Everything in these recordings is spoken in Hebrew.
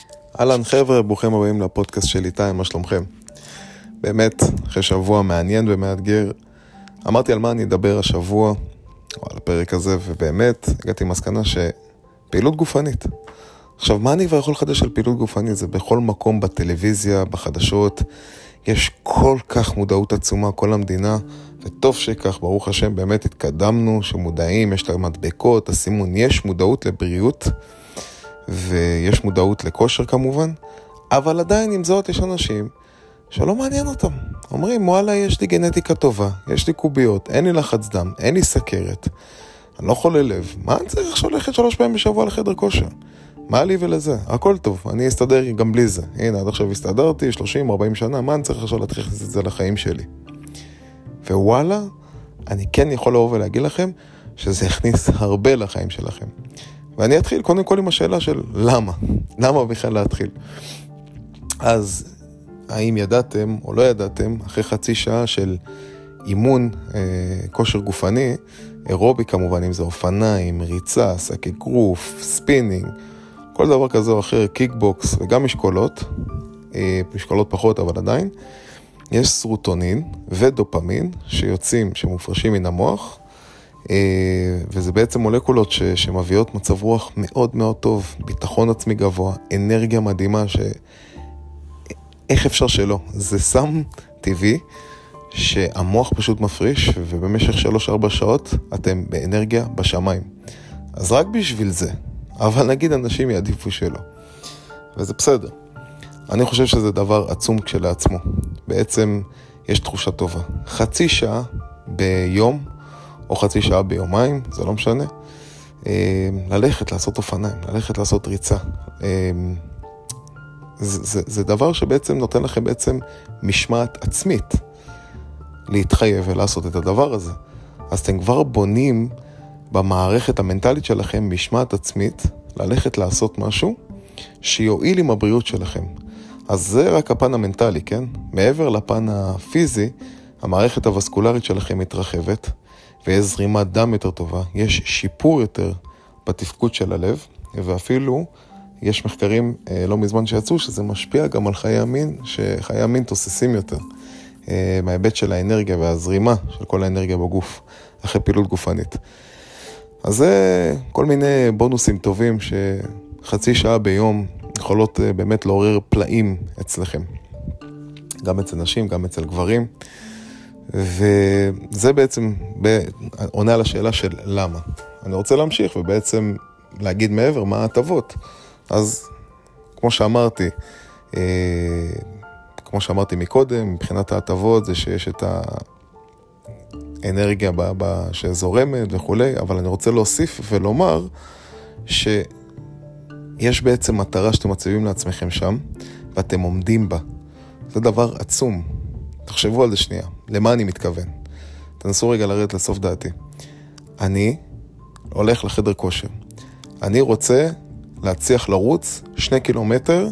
אהלן חבר'ה, ברוכים הבאים לפודקאסט של איתי, מה שלומכם? באמת, אחרי שבוע מעניין ומאתגר, אמרתי על מה אני אדבר השבוע, או על הפרק הזה, ובאמת הגעתי למסקנה שפעילות גופנית. עכשיו, מה אני כבר יכול לחדש על פעילות גופנית? זה בכל מקום, בטלוויזיה, בחדשות, יש כל כך מודעות עצומה, כל המדינה, וטוב שכך, ברוך השם, באמת התקדמנו, שמודעים, יש להם מדבקות, הסימון, יש מודעות לבריאות, ויש מודעות לכושר כמובן, אבל עדיין עם זאת יש אנשים שלא מעניין אותם. אומרים, וואלה, יש לי גנטיקה טובה, יש לי קוביות, אין לי לחץ דם, אין לי סכרת, אני לא חולה לב. מה אני צריך ללכת 3 פעמים בשבוע לחדר כושר? מה לי ולזה? הכל טוב, אני אסתדר גם בלי זה. הנה, עד עכשיו הסתדרתי 30-40 שנה, מה אני צריך עכשיו להתחיל את זה לחיים שלי? ווואלה, אני כן יכול לבוא ולהגיד לכם שזה הכניס הרבה לחיים שלכם. ואני אתחיל קודם כל עם השאלה של למה? למה בכלל להתחיל? אז האם ידעתם או לא ידעתם, אחרי חצי שעה של אימון כושר גופני, אירובי כמובן, אם זה אופניים, ריצה, סקי גרוף, ספינינג, כל דבר כזה או אחר, קיקבוקס וגם משקולות, משקולות פחות אבל עדיין, יש סרוטונין ודופמין שיוצאים, שמופרשים מן המוח, וזה בעצם מולקולות שמביאות מצב רוח מאוד מאוד טוב, ביטחון עצמי גבוה, אנרגיה מדהימה, איך אפשר שלא? זה סם טבעי שהמוח פשוט מפריש, ובמשך 3-4 שעות אתם באנרגיה בשמיים. אז רק בשביל זה, אבל נגיד אנשים יעדיפו שלא, וזה בסדר. אני חושב שזה דבר עצום כשלעצמו. בעצם יש תחושה טובה. חצי שעה ביום, או חצי שעה ביומיים, זה לא משנה, ללכת לעשות אופניים, ללכת לעשות ריצה. זה דבר שבעצם נותן לכם בעצם משמעת עצמית, להתחייב ולעשות את הדבר הזה. אז אתם כבר בונים במערכת המנטלית שלכם משמעת עצמית, ללכת לעשות משהו שיועיל עם הבריאות שלכם. אז זה רק הפן המנטלי, כן? מעבר לפן הפיזי, המערכת הווסקולרית שלכם מתרחבת, ויש זרימת דם יותר טובה, יש שיפור יותר בתפקוד של הלב, ואפילו יש מחקרים לא מזמן שיצאו שזה משפיע גם על חיי המין, שחיי המין תוססים יותר, מההיבט של האנרגיה והזרימה של כל האנרגיה בגוף, אחרי פעילות גופנית. אז זה כל מיני בונוסים טובים שחצי שעה ביום יכולות באמת לעורר פלאים אצלכם. גם אצל נשים, גם אצל גברים. וזה בעצם עונה על השאלה של למה. אני רוצה להמשיך ובעצם להגיד מעבר מה ההטבות. אז כמו שאמרתי מקודם, מבחינת ההטבות זה שיש את האנרגיה שזורמת וכולי, אבל אני רוצה להוסיף ולומר שיש בעצם מטרה שאתם מציבים לעצמכם שם, ואתם עומדים בה. זה דבר עצום. תחשבו על זה שנייה. למה אני מתכוון? תנסו רגע לרדת לסוף דעתי. אני הולך לחדר כושר. אני רוצה להצליח לרוץ 2 קילומטר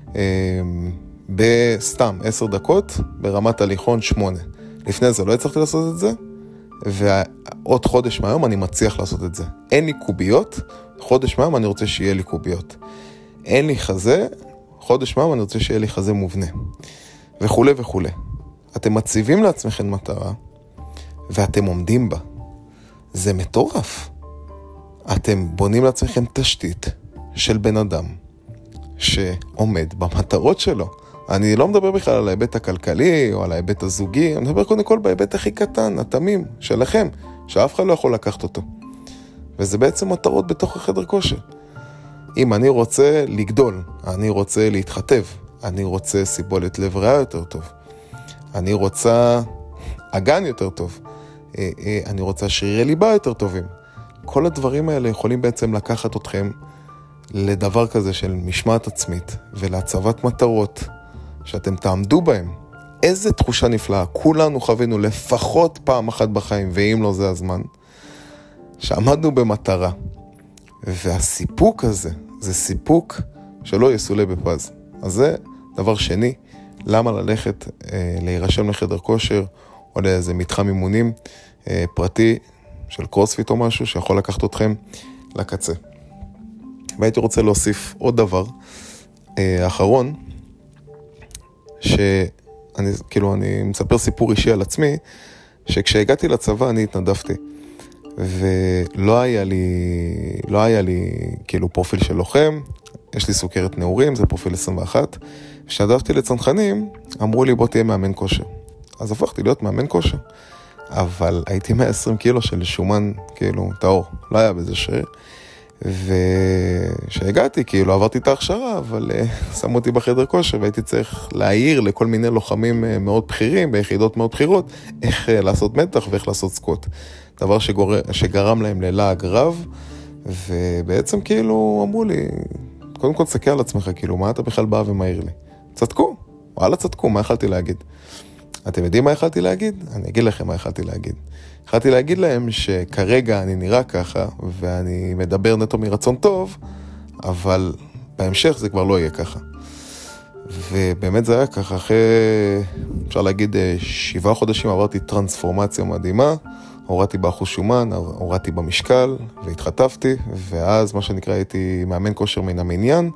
בסתם 10 דקות ברמת הליכון 8. לפני זה לא הצלחתי לעשות את זה, ועוד חודש מהיום אני מצליח לעשות את זה. אין לי קוביות, חודש מהיום אני רוצה שיהיה לי קוביות. אין לי חזה, חודש מהיום אני רוצה שיהיה לי חזה מובנה. וכו' וכו'. אתם מציבים לעצמכם מטרה, ואתם עומדים בה. זה מטורף. אתם בונים לעצמכם תשתית של בן אדם, שעומד במטרות שלו. אני לא מדבר בכלל על ההיבט הכלכלי, או על ההיבט הזוגי, אני מדבר קודם כל בהיבט הכי קטן, התמים, שלכם, שאף אחד לא יכול לקחת אותו. וזה בעצם מטרות בתוך החדר כושר. אם אני רוצה לגדול, אני רוצה להתחתב, אני רוצה סיבולת לב ריאה יותר טוב, אני רוצה אגן יותר טוב, אני רוצה שרירי ליבה יותר טובים. כל הדברים האלה יכולים בעצם לקחת אתכם לדבר כזה של משמעת עצמית ולהצבת מטרות שאתם תעמדו בהם. איזה תחושה נפלאה. כולנו חווינו לפחות פעם אחת בחיים, ואם לא זה הזמן, שעמדנו במטרה. והסיפוק הזה, זה סיפוק שלא יסולה בפז. אז זה דבר שני, למה ללכת להירשם לחדר כושר או לאיזה מתחם אימונים פרטי של קרוספיט או משהו שיכול לקחת אתכם לקצה. והייתי רוצה להוסיף עוד דבר, האחרון, אני מספר סיפור אישי על עצמי, שכשהגעתי לצבא אני התנדבתי, ולא היה לי כאילו פרופיל של לוחם, יש לי סוכרת נעורים, זה פרופיל 21, כשהתנדבתי לצנחנים, אמרו לי בוא תהיה מאמן כושר, אז הפכתי להיות מאמן כושר, אבל הייתי 120 קילו של שומן כאילו טהור, לא היה בזה שריר, ושהגעתי, כאילו עברתי את ההכשרה, אבל שמו אותי בחדר כושר, והייתי צריך להעיר לכל מיני לוחמים מאוד בכירים, ביחידות מאוד בכירות, איך לעשות מתח ואיך לעשות סקוט. דבר שגרם להם ללעג רב, ובעצם כאילו אמרו לי, קודם כל תסתכל על עצמך, כאילו מה אתה בכלל בא ומעיר לי? צדקו, וואלה צדקו, מה יכלתי להגיד? אתם יודעים מה יכלתי להגיד? אני אגיד לכם מה יכלתי להגיד. יכלתי להגיד להם שכרגע אני נראה ככה, ואני מדבר נטו מרצון טוב, אבל בהמשך זה כבר לא יהיה ככה. ובאמת זה היה ככה, אחרי, אפשר להגיד, 7 חודשים עברתי טרנספורמציה מדהימה, הורדתי באחוז שומן, הורדתי במשקל, והתחטפתי, ואז מה שנקרא הייתי מאמן כושר מן המניין,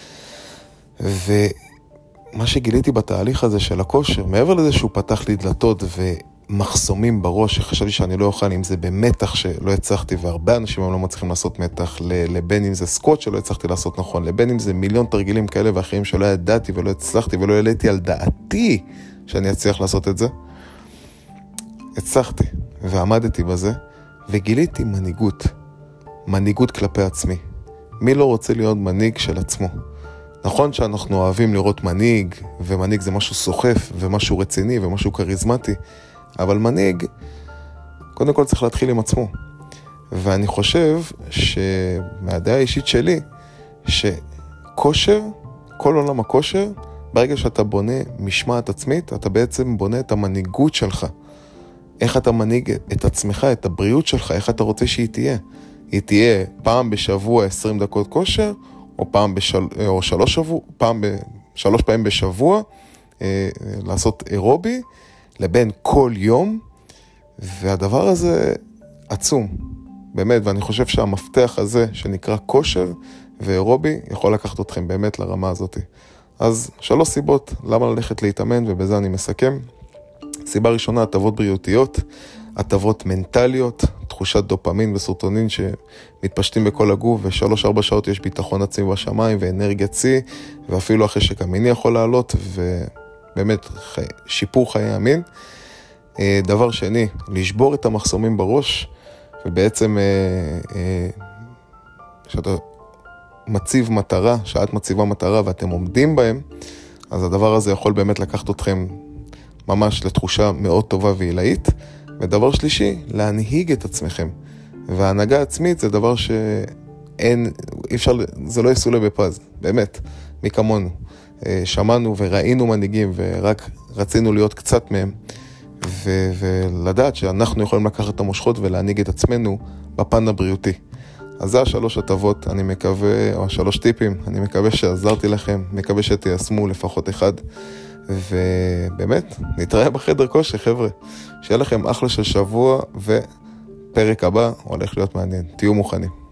מה שגיליתי בתהליך הזה של הכושר, מעבר לזה שהוא פתח לי דלתות ומחסומים בראש, שחשבתי שאני לא אוכל, אם זה במתח שלא הצלחתי, והרבה אנשים לא מצליחים לעשות מתח, לבין אם זה סקוט שלא הצלחתי לעשות נכון, לבין אם זה מיליון תרגילים כאלה ואחרים שלא ידעתי ולא הצלחתי ולא העליתי על דעתי שאני אצליח לעשות את זה. הצלחתי ועמדתי בזה, וגיליתי מנהיגות כלפי עצמי. מי לא רוצה להיות מנהיג של עצמו? נכון שאנחנו אוהבים לראות מנהיג, ומנהיג זה משהו סוחף, ומשהו רציני, ומשהו קריזמטי, אבל מנהיג, קודם כל צריך להתחיל עם עצמו. ואני חושב שמהדעה האישית שלי, שכושר, כל עולם הכושר, ברגע שאתה בונה משמעת עצמית, אתה בעצם בונה את המנהיגות שלך. איך אתה מנהיג את עצמך, את הבריאות שלך, איך אתה רוצה שהיא תהיה. היא תהיה פעם בשבוע 20 דקות כושר, או 3 פעמים בשבוע, לעשות אירובי, לבין כל יום, והדבר הזה עצום, באמת, ואני חושב שהמפתח הזה שנקרא כושר ואירובי, יכול לקחת אתכם באמת לרמה הזאת. אז 3 סיבות למה ללכת להתאמן, ובזה אני מסכם. סיבה ראשונה, הטבות בריאותיות, הטבות מנטליות, תחושת דופמין וסרוטונין שמתפשטים בכל הגוף, ו3-4 שעות יש ביטחון עצמי בשמיים ואנרגיה צי, ואפילו החשק המיני יכול לעלות, ובאמת שיפור חיי המין. דבר שני, לשבור את המחסומים בראש, ובעצם שאתה מציב מטרה, שאת מציבה מטרה ואתם עומדים בהם, אז הדבר הזה יכול באמת לקחת אתכם ממש לתחושה מאוד טובה ועילאית. ודבר שלישי, להנהיג את עצמכם. וההנהגה עצמית זה דבר שאין, אי אפשר, זה לא יסולה בפז, באמת, מי כמונו. שמענו וראינו מנהיגים ורק רצינו להיות קצת מהם, ולדעת שאנחנו יכולים לקחת את המושכות ולהנהיג את עצמנו בפן הבריאותי. אז זה 3 הטבות, אני מקווה, או 3 טיפים, אני מקווה שעזרתי לכם, מקווה שתיישמו לפחות אחד, ובאמת, נתראה בחדר כושר, חבר'ה. שיהיה לכם אחלה של שבוע, ופרק הבא הולך להיות מעניין. תהיו מוכנים.